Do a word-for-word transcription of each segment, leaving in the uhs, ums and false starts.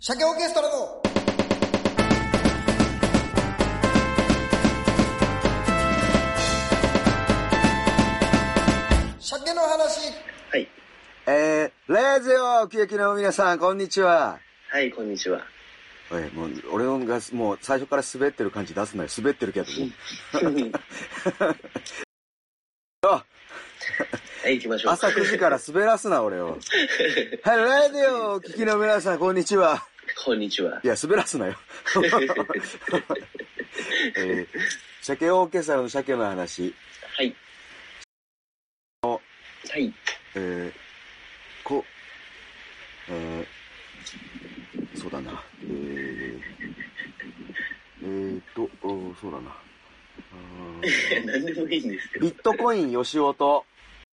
鮭オーケストラの鮭の話。 はい。 えー、レーゼオ喜劇の皆さん、こんにちは。 はい、こんにちは。 おい、もう、俺が、もう、最初から滑ってる感じ出すなよ。滑ってるけども。あはい、行きましょう。 朝くじから滑らすな、俺を。はい、レーゼオお聞きの皆さん、こんにちは。 こんにちは。 いや、滑らすなよ。えー、鮭オーケストラの鮭の話。 はい。はい。 えー、こ、えー、そうだな。えー、えーと、そうだな。 何でもいいんですけど。 ビットコイン吉尾と、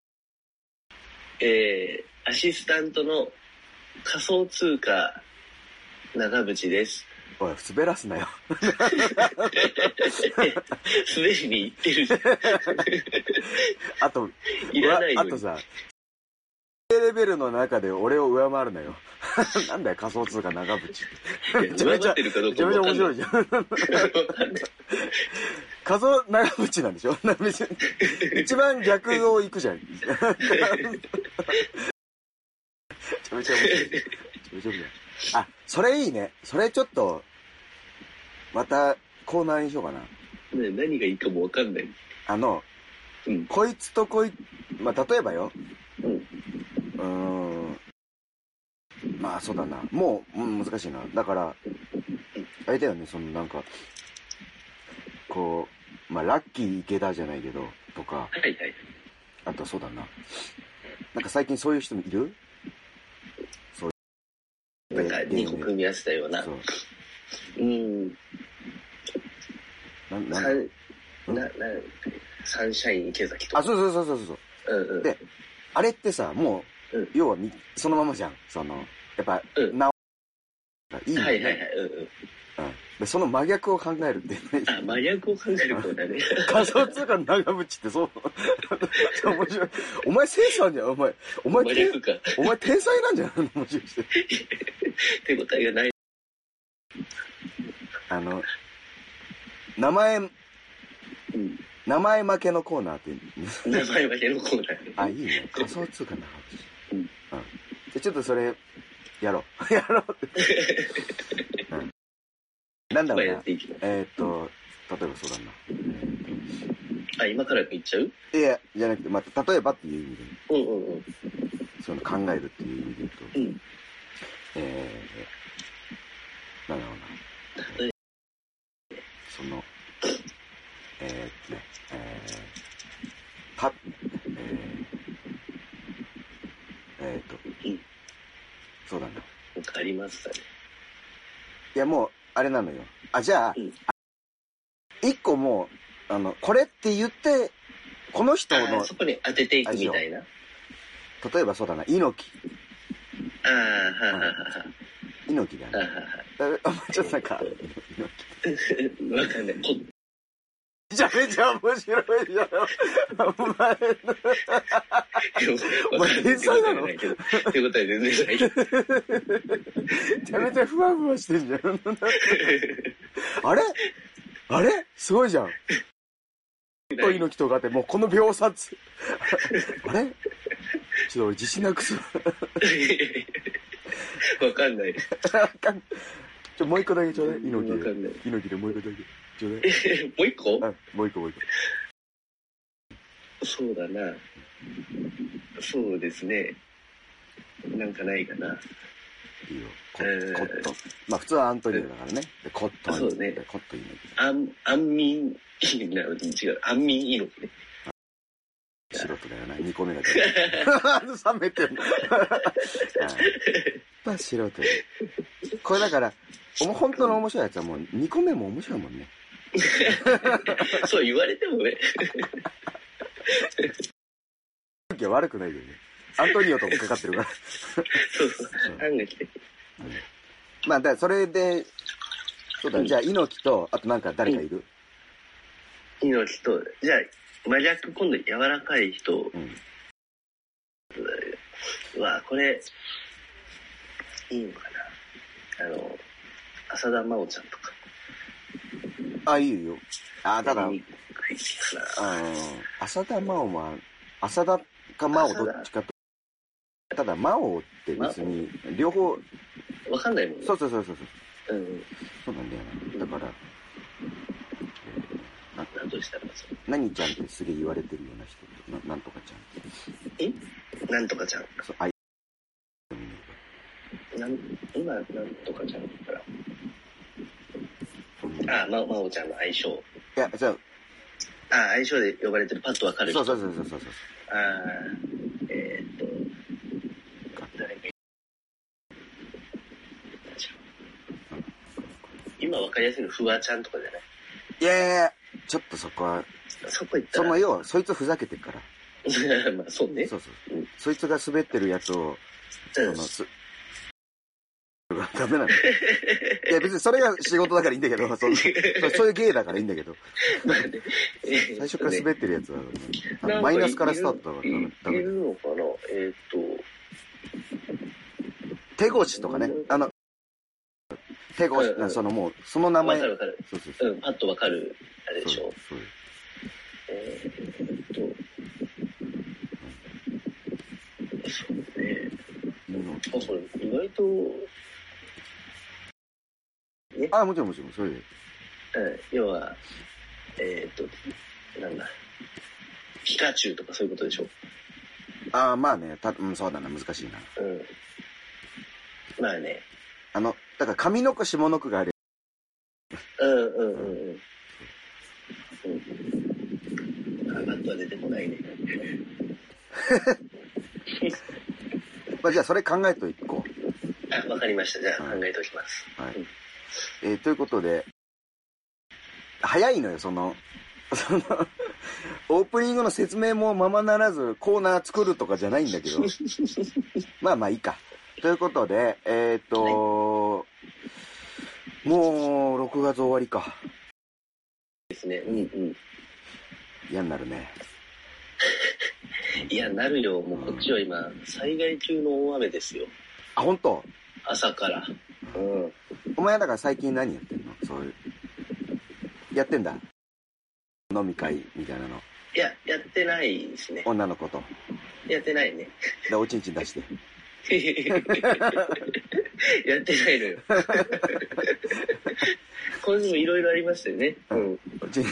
えー、アシスタントの仮想通貨長渕です。 おい、滑らすなよ。 滑りに行ってるじゃん。 あと、 いらないよ。 あとさ、レベルの中で俺を上回るなよ。なんだよ、仮想通貨長渕。 めちゃめちゃ、めちゃめちゃ面白いじゃん。仮想長渕なんでしょ。一番逆を行くじゃん。めちゃめちゃ面白い。めちゃめちゃ面白い。あ、それいいね。それちょっと、またコーナーにしようかな。 ね、何がいいかもわかんない。 あの、 うん、 こいつとこい、まあ、例えばよ。 うん。 うーん。まあ、そうだな。もう、うん、難しいな。だから、あれだよね、そのなんか、こう、まあ、ラッキー池田じゃないけど、とか。 はいはい。 あとそうだな。なんか最近そういう人もいる？そういう。 なんかにこ組み合わせたような。そう。うーん。な、な、な、な、サンシャイン池崎とか。 あ、そうそうそうそうそう。 うんうん。 で、あれってさ、もう、うん、要はみ、そのままじゃん。その、やっぱ、うん、なお、いいよね。 はいはいはい。うんうん。 うん、でその真逆を考えるってね。 あ、真逆を考えることだね。 仮想通貨の長渕ってそう。面白い。お前センスあんじゃん、お前。お前、 真逆か。 お前天才なんじゃん、もしかして。 手応えがない。 あの、名前、 うん、 名前負けのコーナーって名前負けのコーナー。 あ、いいね。仮想通貨長渕。 うん。うん。 じゃあちょっとそれ、やろう。やろうって。うん。なんだろうな。えー、っと、例えばそうだな。えー、あ、今から言っちゃう？ いや、じゃなくて、まあ、例えばっていう意味で。 うんうんうん。 その考えるっていう意味で言うと。 うん。 えー、なんだろうな。えー、その、えー、っとね、えー、パッ、えー、えー、っと、 うん、 そうだな。 わかりますかね。 いや、もう、あれなのよ。あ、じゃあ、うん、一個もう、あの、これって言って、この人の。 そこに当てていくみたいな。 例えばそうだな、猪木。 ああ、はははは。 猪木だね。あ、ちょっとなんか、 猪木。わかんない。 めちゃめちゃ面白いじゃん。お前、お前天才なの？ ってことは全然ない。 めちゃめちゃふわふわしてんじゃん。あれあれすごいじゃん。と猪木とかってもうこの秒殺。あれちょっと俺自信なくす。 わかんない。 ちょ、もう一個だけちょうだい。猪木で。 わかんない。 猪木でもう一個だけ。ちょうだい。 もう一個？ うん、もう一個もう一個。そうだな。そうですね。なんかないかな。 いいよ。コット。コット。まあ普通はアントニオだからね。でコット。 そうね。 コット猪木。 アン、アンミン、違う。アンミン猪木ね。 素人だよな。にこめだけど。冷めてる。まあ素人。これだから、本当の面白いやつはもうにこめも面白いもんね。 そう言われてもね。 時は悪くないよね。アントニオともかかってるから。 そうそう。案が来て。 まあ、だそれで、そうだ、じゃあ猪木と、あとなんか誰かいる？ 猪木と、じゃあ、真逆今度柔らかい人。うん。うわ、これ、いいのかな。 あの、浅田真央ちゃんとか。 あ、いいよ。あ、ただ、 やりにくいかな。 あの、浅田真央は、浅田か真央どっちかと。ただ、真央って別に、両方。 わかんないもんね。 そうそうそうそう。 うん。 そうなんだよな。だから、 な、なんとしたらそれ。 何ちゃんってすげえ言われてるような人って、な、なんとかちゃん。 えなんとかちゃん。 そう、あい、 なん、今、なんとかちゃんだから。あ、ま、まおちゃんの相性。 いや、じゃあ、あ、相性で呼ばれてるパッとわかる人。 そうそうそうそうそう。 ああ、えー、っと、誰か。今わかりやすいのフワちゃんとかじゃない？ いやいやいや、ちょっとそこは、 そこ行ったら。 その要は、そいつふざけてるから。 まあ、そうね。 そうそう。うん、そいつが滑ってるやつを、その、す、ダメなの。いや別にそれが仕事だからいいんだけど、そそういう芸だからいいんだけど。まあね、最初から滑ってるやつは、ね、マイナスからスタートだからダメ。いるのかなえー、っと。手越とかね。あの、手越、うんうん、そのもう、その名前。 わかるわかる。 そうそうそう。 うん、パッとわかる、あれでしょ。 そう。 えー、っと、そうね。あ、それ、意外と、 ね、あ、もちろんもちろん、それで。うん、 要は、えー、っと、なんだ、ピカチュウとかそういうことでしょ。 ああ、まあね、た、うん、そうだな、難しいな。 うん。まあね。 あの、だから上の句下の句があれ。 うんうんうんうん。うん。あ、バットは出てこないね。 まあ、じゃあそれ考えといこう。 あ、わかりました。じゃあ考えておきます。 はい。うん、えー、ということで、早いのよ、その、その、オープニングの説明もままならず、コーナー作るとかじゃないんだけど、まあまあいいか。ということで、えっ、ー、と、はい、もうろくがつ終わりか。 ですね。うんうん。 嫌になるね。 いや、なるよ。もうこっちは今、災害級の大雨ですよ。 あ、本当？ 朝から。うん。 お前だから最近何やってんの？そういう。やってんだ。飲み会みたいなの。 いや、やってないですね。 女の子と。 やってないね。 で、おちんちん出して。 やってないのよ。今週もいろいろありましたよね。うん。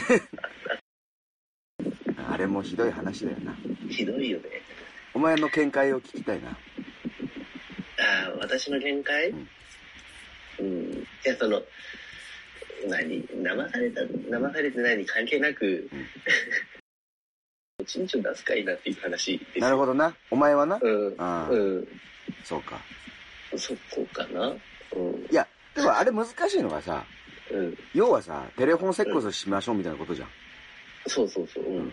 あれもひどい話だよな。 ひどいよね。 お前の見解を聞きたいな。 ああ、私の見解？うん。うん。いや、その、何騙された、騙されてないに関係なく、うん、おちんちん出すかいなっていう話です。 なるほどな。お前はな。 うん。あうん。 そうか。 そこかな。うん。 いや、でもあれ難しいのがさ、うん、要はさ、テレフォンセックスしましょうみたいなことじゃん。 うん、そうそうそう。うん。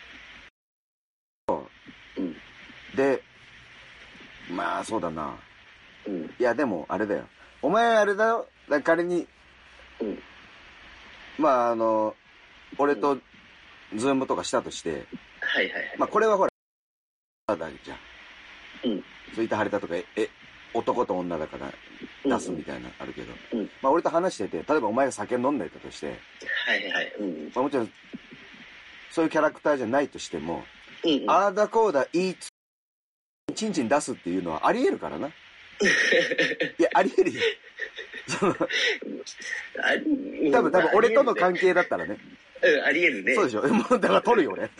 うん。で、まあそうだな。うん。いやでもあれだよ。お前あれだよ。だ仮に、うん。まああの、俺とズームとかしたとして、うん、 はいはいはい。 まあこれはほら、だけじゃん。 うん。 そういった張りたとか、え、男と女だから出すみたいなのあるけど、うんうん、まあ俺と話してて、例えばお前が酒飲んでたとして、 はいはい。うん。 まあもちろん、そういうキャラクターじゃないとしても、 うんうん、 あーだこうだいいつ、チンチン出すっていうのはあり得るからな。いや、あり得るよ。そのあり多分多分俺との関係だったらね。 うん、あり得るね。 そうでしょ。もうだから取るよ俺。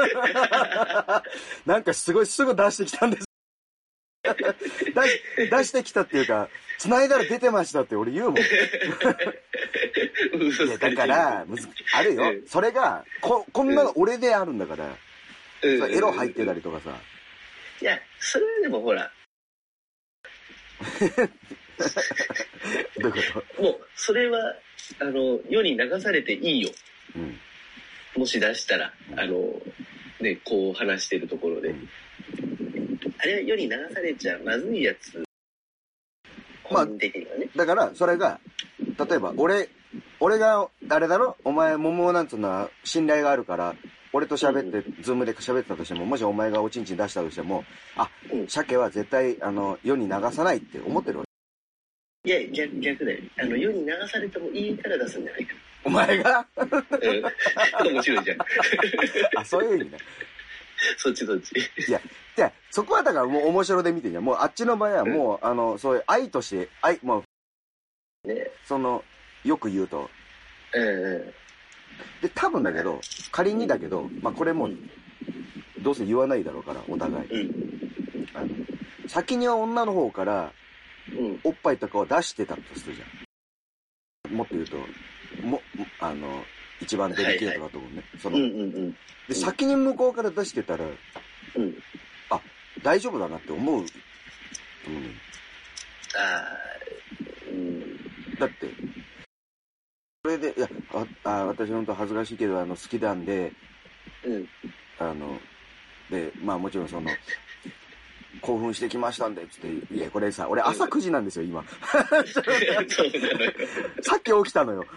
なんかすごいすぐ出してきたんです。出, 出してきたっていうか、繋いだら出てましたって俺言うもん。いやだからむずあるよ、うん。それがここんなの俺であるんだから。うん、エロ入ってたりとかさ。 いやそれはでもほら。 どういうこと？もうそれはあの世に流されていいよ。うん、もし出したら、うん、あのねこう話してるところで、うん、あれは世に流されちゃまずいやつ。本的にはね。 まあ、だからそれが例えば俺俺があれだろお前桃なんつうのは信頼があるから俺と喋って、うん、ズームで喋ってたとしてももしお前がおちんちん出したとしてもあ、うん、鮭は絶対あの世に流さないって思ってるわけ。 いや、逆、逆だよ。あの、世に流されてもいいから出すんじゃないかな。 お前がうん。面白いじゃん。 あ、そういう意味ね。 そっちそっち。 いや、じゃあ、そこはだからもう面白で見てんじゃん。もうあっちの場合はもう、うん、あの、そういう愛として、愛、もう、ね、その、よく言うと。 うんうん。 で、多分だけど、仮にだけど、まあこれもう、どうせ言わないだろうから、お互い。うん。あの、先には女の方から、うん、おっぱいとかを出してたとするじゃん。もっと言うと、も、あの、一番デリケートだと思うね。はいはい、その、うんうんうん。で、先に向こうから出してたら、うん。あ、大丈夫だなって思う。うん。あー、うん。だって、それで、いや、あ、あ私本当恥ずかしいけど、あの、好きなんで、うん。あの、で、まあもちろんその、興奮してきましたんで、つって、いや、これさ、俺朝くじなんですよ、今。さっき起きたのよ。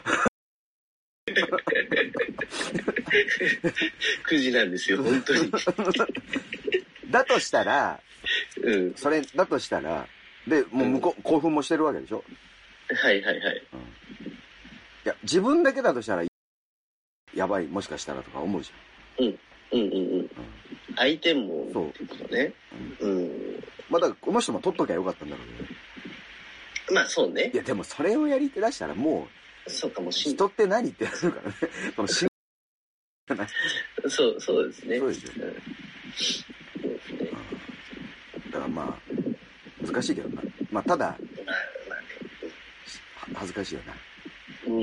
くじなんですよ、本当に。 だとしたら、うん。それ、だとしたら、で、もう向こう、うん、興奮もしてるわけでしょ？ はいはいはい。うん、いや、自分だけだとしたら、やばい、もしかしたらとか思うじゃん。うん。うんうんうん。うん、相手も、そう。ってことね。うん。うん、 まあだから、この人も取っときゃよかったんだろうね。 まあそうね。 いや、でもそれをやりてらしたらもう、そうかもしんない。人って何ってなるからね。このしそう、そうですね。 そうですよね。うん、そうですね。だからまあ、難しいけどな。まあただ、まあ、まあね、恥ずかしいよな。うん。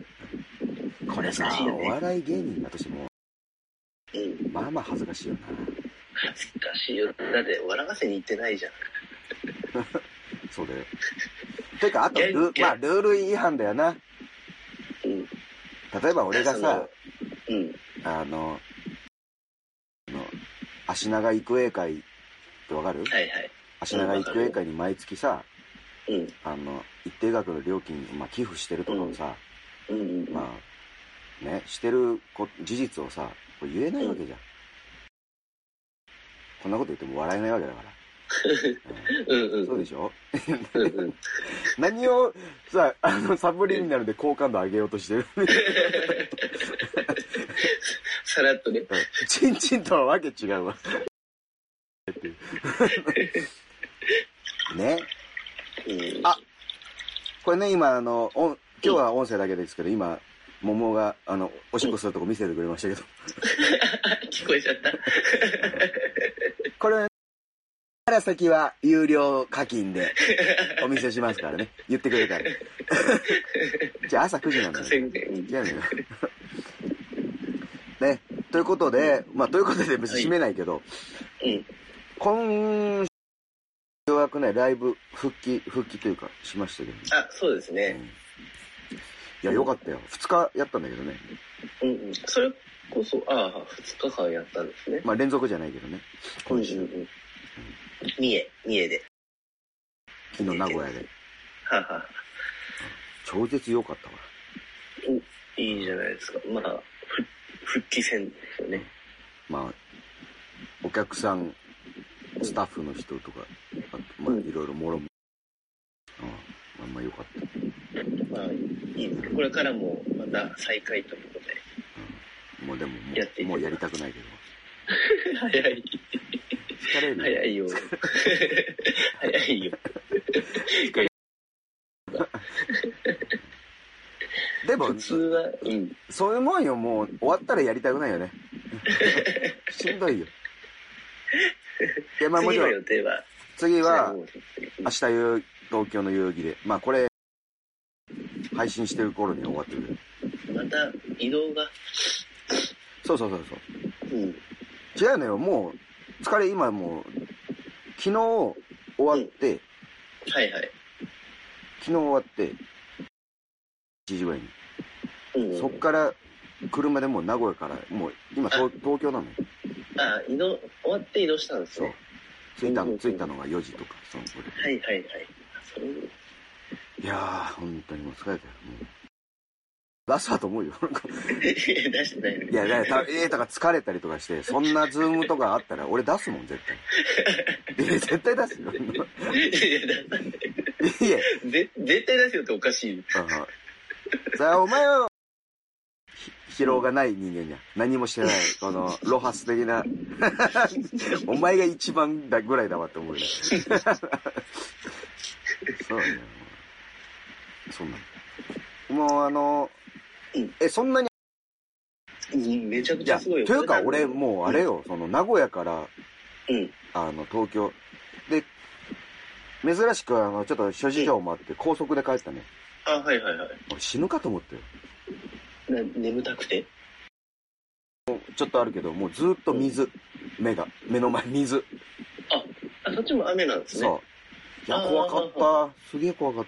これさ、ね、お笑い芸人だとしても、うん、まあまあ恥ずかしいよな。 恥ずかしいよ。だって笑わせに行ってないじゃん。 そうだよ。てか、あとル、まあルール違反だよな。うん。例えば俺がさ、うん。あの、あの、足長育英会ってわかる？はいはい。足長育英会に毎月さ、うん。あの、一定額の料金、まあ寄付してるとかをさ、うん。うん、まあ、ね、してるこ事実をさ、これ言えないわけじゃん。うん、こんなこと言っても笑えないわけだから。うんうんうん、そうでしょ、うんうん、何をさ、あの、サブリミナルで好感度上げようとしてるさらっとね。 チンチンとはわけ違うわ。ね。うん、あ、これね、今、あの、今日は音声だけですけど、今、桃が、あの、おしっこするとこ見せてくれましたけど。 聞こえちゃった。 これ、から先は有料課金でお見せしますからね。言ってくれたら。じゃあ朝くじなんだよ。じゃあね。ね。ということで、まあ、ということで別に締めないけど、はい、うん、今週ようやくね、ライブ復帰、復帰というか、しましたけど、ね。 あ、そうですね。うん、いや、よかったよ。二日やったんだけどね。 うんうん。それこそ、ああ、二日間やったんですね。 まあ、連続じゃないけどね。今週。うんうんうん、 三重、三重で。 昨日名古屋で。 はは。 超絶良かったわ。 お、いいじゃないですか。まあ、ふ復帰戦ですよね。 まあ、お客さん、スタッフの人とか、あとまあ、いろいろもろも。ああ、まあまあ良かった。 まあ、いいですね。これからもまた再開ということで。 うん、もうでももう、やってもうやりたくないけど。 早い。 疲れる早いよ。早いよ。 でも、 普通は、うん。 そういうもんよ、もう終わったらやりたくないよね。しんどいよ。いや、まあもちろん。次の予定は次は、明日夕、東京の代々木で。まあこれ、配信してる頃には終わってる。 また、移動が。 そうそうそうそう。うん。違うのよ、もう、疲れ、今もう、昨日終わって、うん、 はいはい。 昨日終わって、いちじぐらいに。うんうん、そっから、車でもう名古屋から、もう、今東、東京なのよ。 ああ、移動、終わって移動したんですね。 そう。着いたの、着いたのがよじとか、そのこれ。はいはいはい。それいやー、本当にもう疲れたよ。もう出したと思うよ。 出してないのに。 いや、だから、えーとか疲れたりとかして、そんなズームとかあったら、俺出すもん、絶対。いや、絶対出すよ。いや、出さない。いいえ。 ぜ絶対出すよっておかしい。 ああ。さあ、お前は、疲労がない人間じゃん。何もしてない。この、ロハス的な。お前が一番だぐらいだわって思うよ。そうね。そうなんだ。もうあの、 うん、 え、そんなに、 めちゃくちゃすごいよ。 というか俺、もうあれよ、うん、その、名古屋から、 うん。あの、東京。で、珍しく、あの、ちょっと諸事情もあって、高速で帰ったね。 あ、はいはいはい。 俺死ぬかと思ってよ。 な、眠たくてちょっとあるけど、もうずっと水、うん、目が、目の前水。 あ、あ、そっちも雨なんですね。 そう。いや、怖かった。すげえ怖かった。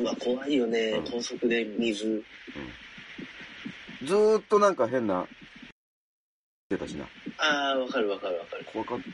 うわ、怖いよね、うん、高速で水。うん、 ずーっとなんか変な、出たしな。 ああ、わかるわかるわかる。 怖かった。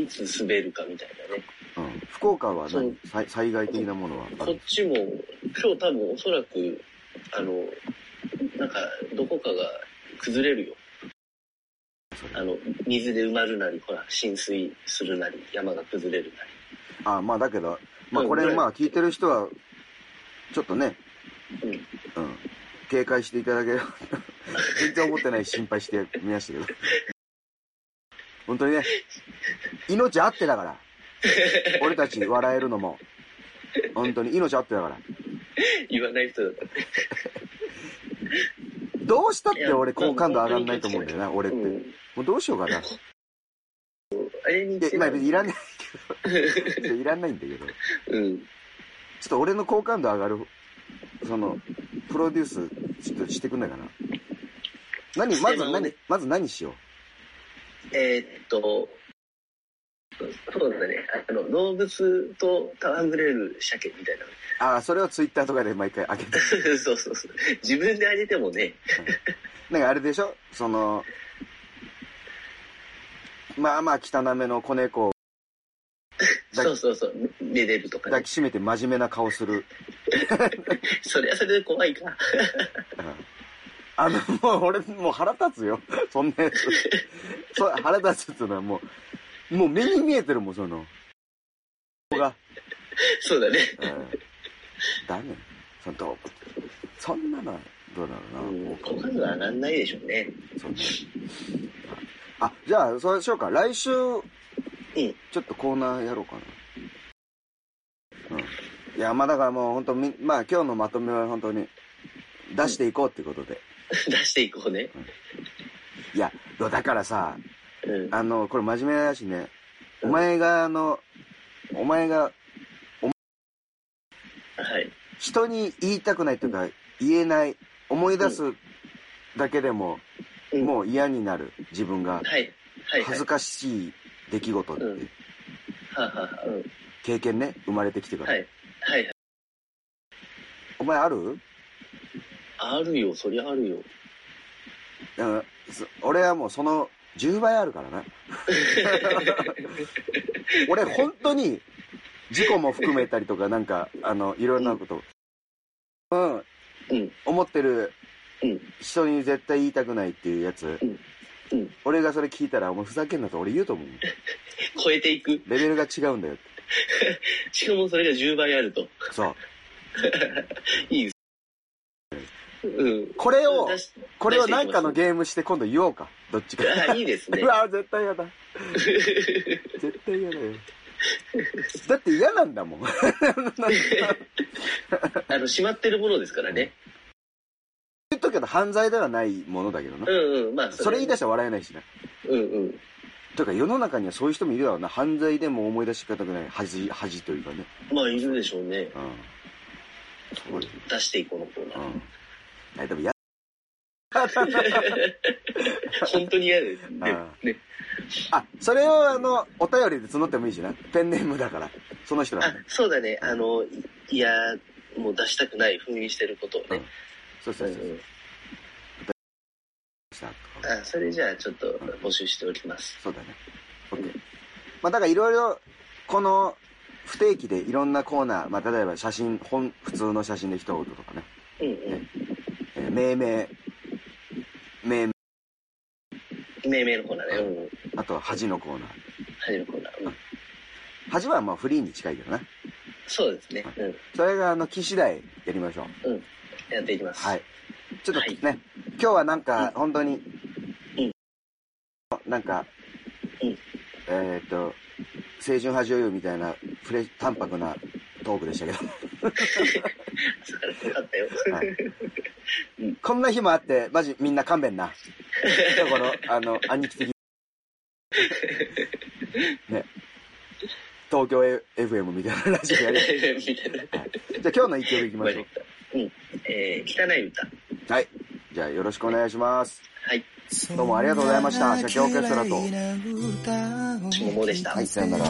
いつ滑るかみたいなね。 うん。福岡は何災害的なものはある？ こっちも、今日多分おそらく、あの、なんか、どこかが崩れるよ。あの、水で埋まるなり、ほら、浸水するなり、山が崩れるなり。 ああ、まあだけど、まあこれ、まあ聞いてる人は、ちょっとね、うん。うん。警戒していただければ、全然思ってないし心配してみましたけど。本当にね、命あってだから。俺たち笑えるのも。本当に命あってだから。 言わない人だった。 どうしたって俺好感度上がんないと思うんだよな、俺って。うん、もうどうしようかな。 あれにいや、まあ別にいらないけど。いらないんだけど。うん。ちょっと俺の好感度上がる、その、プロデュース、ちょっとしてくんないかな。何、まず何、まず何しよう。 えー、っと、そうだね。あの、動物と戯れる鮭みたいな。 ああ、それをツイッターとかで毎回上げて。 そうそうそう。自分で上げてもね。 なんかあれでしょその、まあまあ汚めの子猫を。 そうそうそう。めでるとか、ね。 抱きしめて真面目な顔する。 それはそれで怖いか。 あの、もう俺、もう腹立つよ。そんなやつ。そう、腹立つっていうのはもう、もう目に見えてるもん、その。が。 そうだね。 うん。だね。その動物。そんなのはどうだろうな。うん、 好感度は上がんないでしょうね。 そうね。あ、じゃあ、そうしようか。来週、うん、ちょっとコーナーやろうかな。うん。いや、まあだからもう本当み、まあ今日のまとめは本当に出していこうっていうことで。 うん、出していこうね。うん、 いや、だからさ、うん、あの、これ真面目だしね、うん、お前があの、お前が、 はい。 人に言いたくないというか、言えない、思い出すだけでも、うん、もう嫌になる自分が、恥ずかしい出来事って、うんはははうん、経験ね、生まれてきてから。はい。はいはい。お前ある？ あるよ、そりゃあるよ。 だから俺はもうそのじゅうばいあるからな。俺本当に、事故も含めたりとか、なんか、あの、いろんなこと、うん、うん、思ってる、うん、人に絶対言いたくないっていうやつ、うんうん、俺がそれ聞いたら、お前ふざけんなと俺言うと思う。 超えていくレベルが違うんだよって。 しかもそれがじゅうばいあると。 そう。 いいです。うん。 これを、これをなんかのゲームして今度言おうか。どっちか。 あ、いいですね。 うわ、絶対嫌だ。絶対嫌だよ。だって嫌なんだもん。 あの、しまってるものですからね。 言っとくけど犯罪ではないものだけどな。 うんうん、まあそれ。それ言い出したら笑えないしな。 うんうん。 だから世の中にはそういう人もいるだろうな。犯罪でも思い出し方くない恥、恥というかね。 まあいるでしょうね。うん。 そう出していこうのコーナー。うん。 え、でもや本当に嫌ですね。ね。 あ、それをあの、お便りで募ってもいいしな。ペンネームだから。その人だ、 ね。あ、そうだね。あの、いや、もう出したくない、封印してることをね。うん、 そうそうそう。うん、 あ、それじゃあちょっと募集しておきます。 そうだね。OK。まあだからいろいろ、この不定期でいろんなコーナー、まあ例えば写真、本、普通の写真で一言とかね。うんうん。ねえー、命名、命名。 命名のコーナーね。うん。 あとは恥のコーナー。 恥のコーナー。うん。 恥はまあフリーに近いけどな。 そうですね。うん。 それがあの、期次第やりましょう。うん。やっていきます。 はい。ちょっとね、 はい、 今日はなんか、本当に、 うん。 なんか、 うん。 えー、っと、青春派女優みたいな、フレ淡白なトークでしたけど。 よかったよ。はい、 うん、こんな日もあって、マジみんな勘弁な。この、あの、兄貴的。ね。東京 エフエム みたいなラジオやり。じゃあ今日の一曲いきましょう。 うん。えー、汚い歌。 はい。じゃあよろしくお願いします。 はい。 どうもありがとうございました。社長オーケストラと。 桃でした。 はい、さよなら。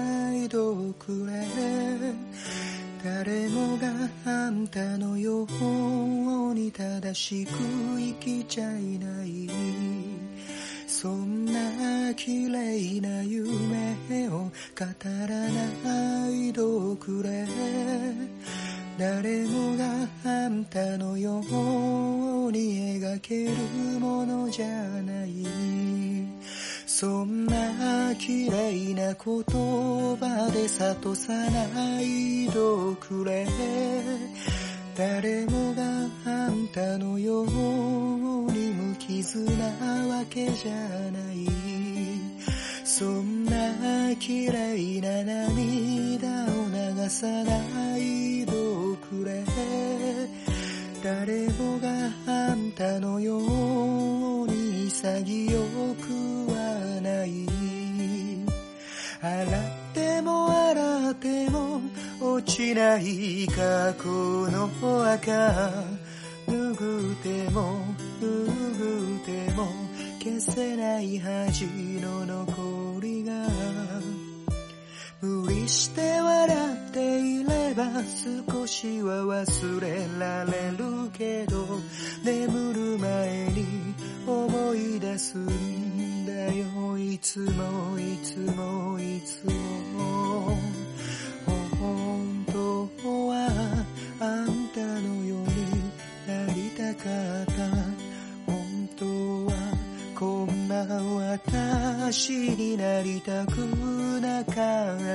誰もがあんたのように正しく生きちゃいない。そんな綺麗な夢を語らないどくれ。誰もがあんたのように描けるものじゃない。そんな綺麗な言葉で諭さないどくれ。誰もがあんたのように無傷なわけじゃない。そんな綺麗な涙を流さないどくれ。誰もがあんたのように潔くはない。洗っても洗っても落ちない過去の赤。拭っても拭っても消せない恥の残りが。無理して笑っていれば少しは忘れられるけど、眠る前に思い出すんだよ。いつもいつもいつも。本当はあんたのようになりたかった。本当はこんな私になりたくなかった。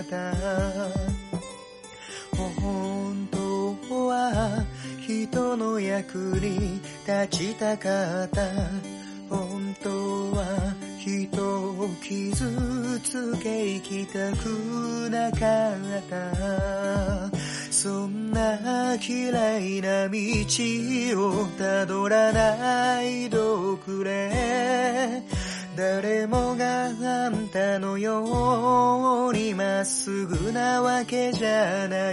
本当は人の役に立ちたかった。本当は人を傷つけ生きたくなかった。そんな嫌いな道をたどらないどくれ。誰もがあんたのようにまっすぐなわけじゃない。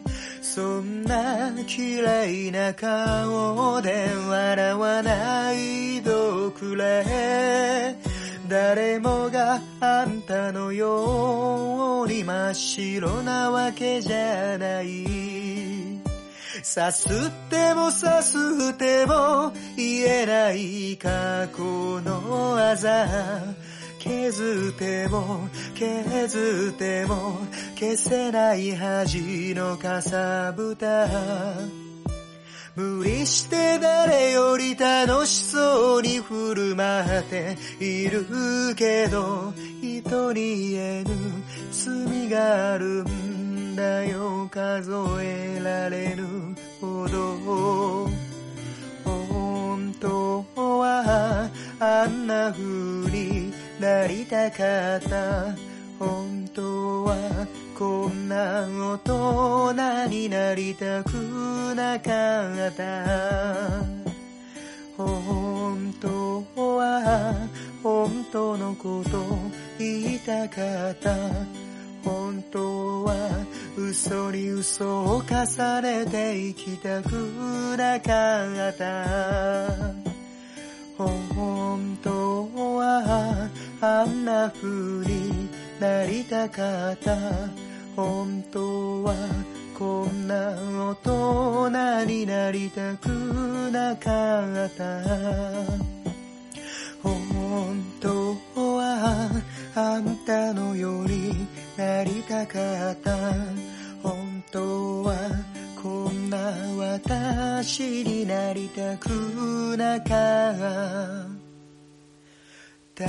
そんな嫌いな顔で笑わないどくれ。誰もがあんたのように真っ白なわけじゃない。さすってもさすっても言えない過去のあざ。削っても削っても消せない恥のかさぶた。無理して誰より楽しそうに振る舞っているけど、人に言えぬ罪があるんだよ。数えられぬほど。本当はあんな風になりたかった。本当はこんな大人になりたくなかった。本当は本当のこと言いたかった。本当は嘘に嘘を重ねて生きたくなかった。本当はあんな風になりたかった。本当はこんな大人になりたくなかった。本当はあんたのようになりたかった。本当はこんな私になりたくなかった。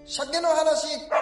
鮭の話。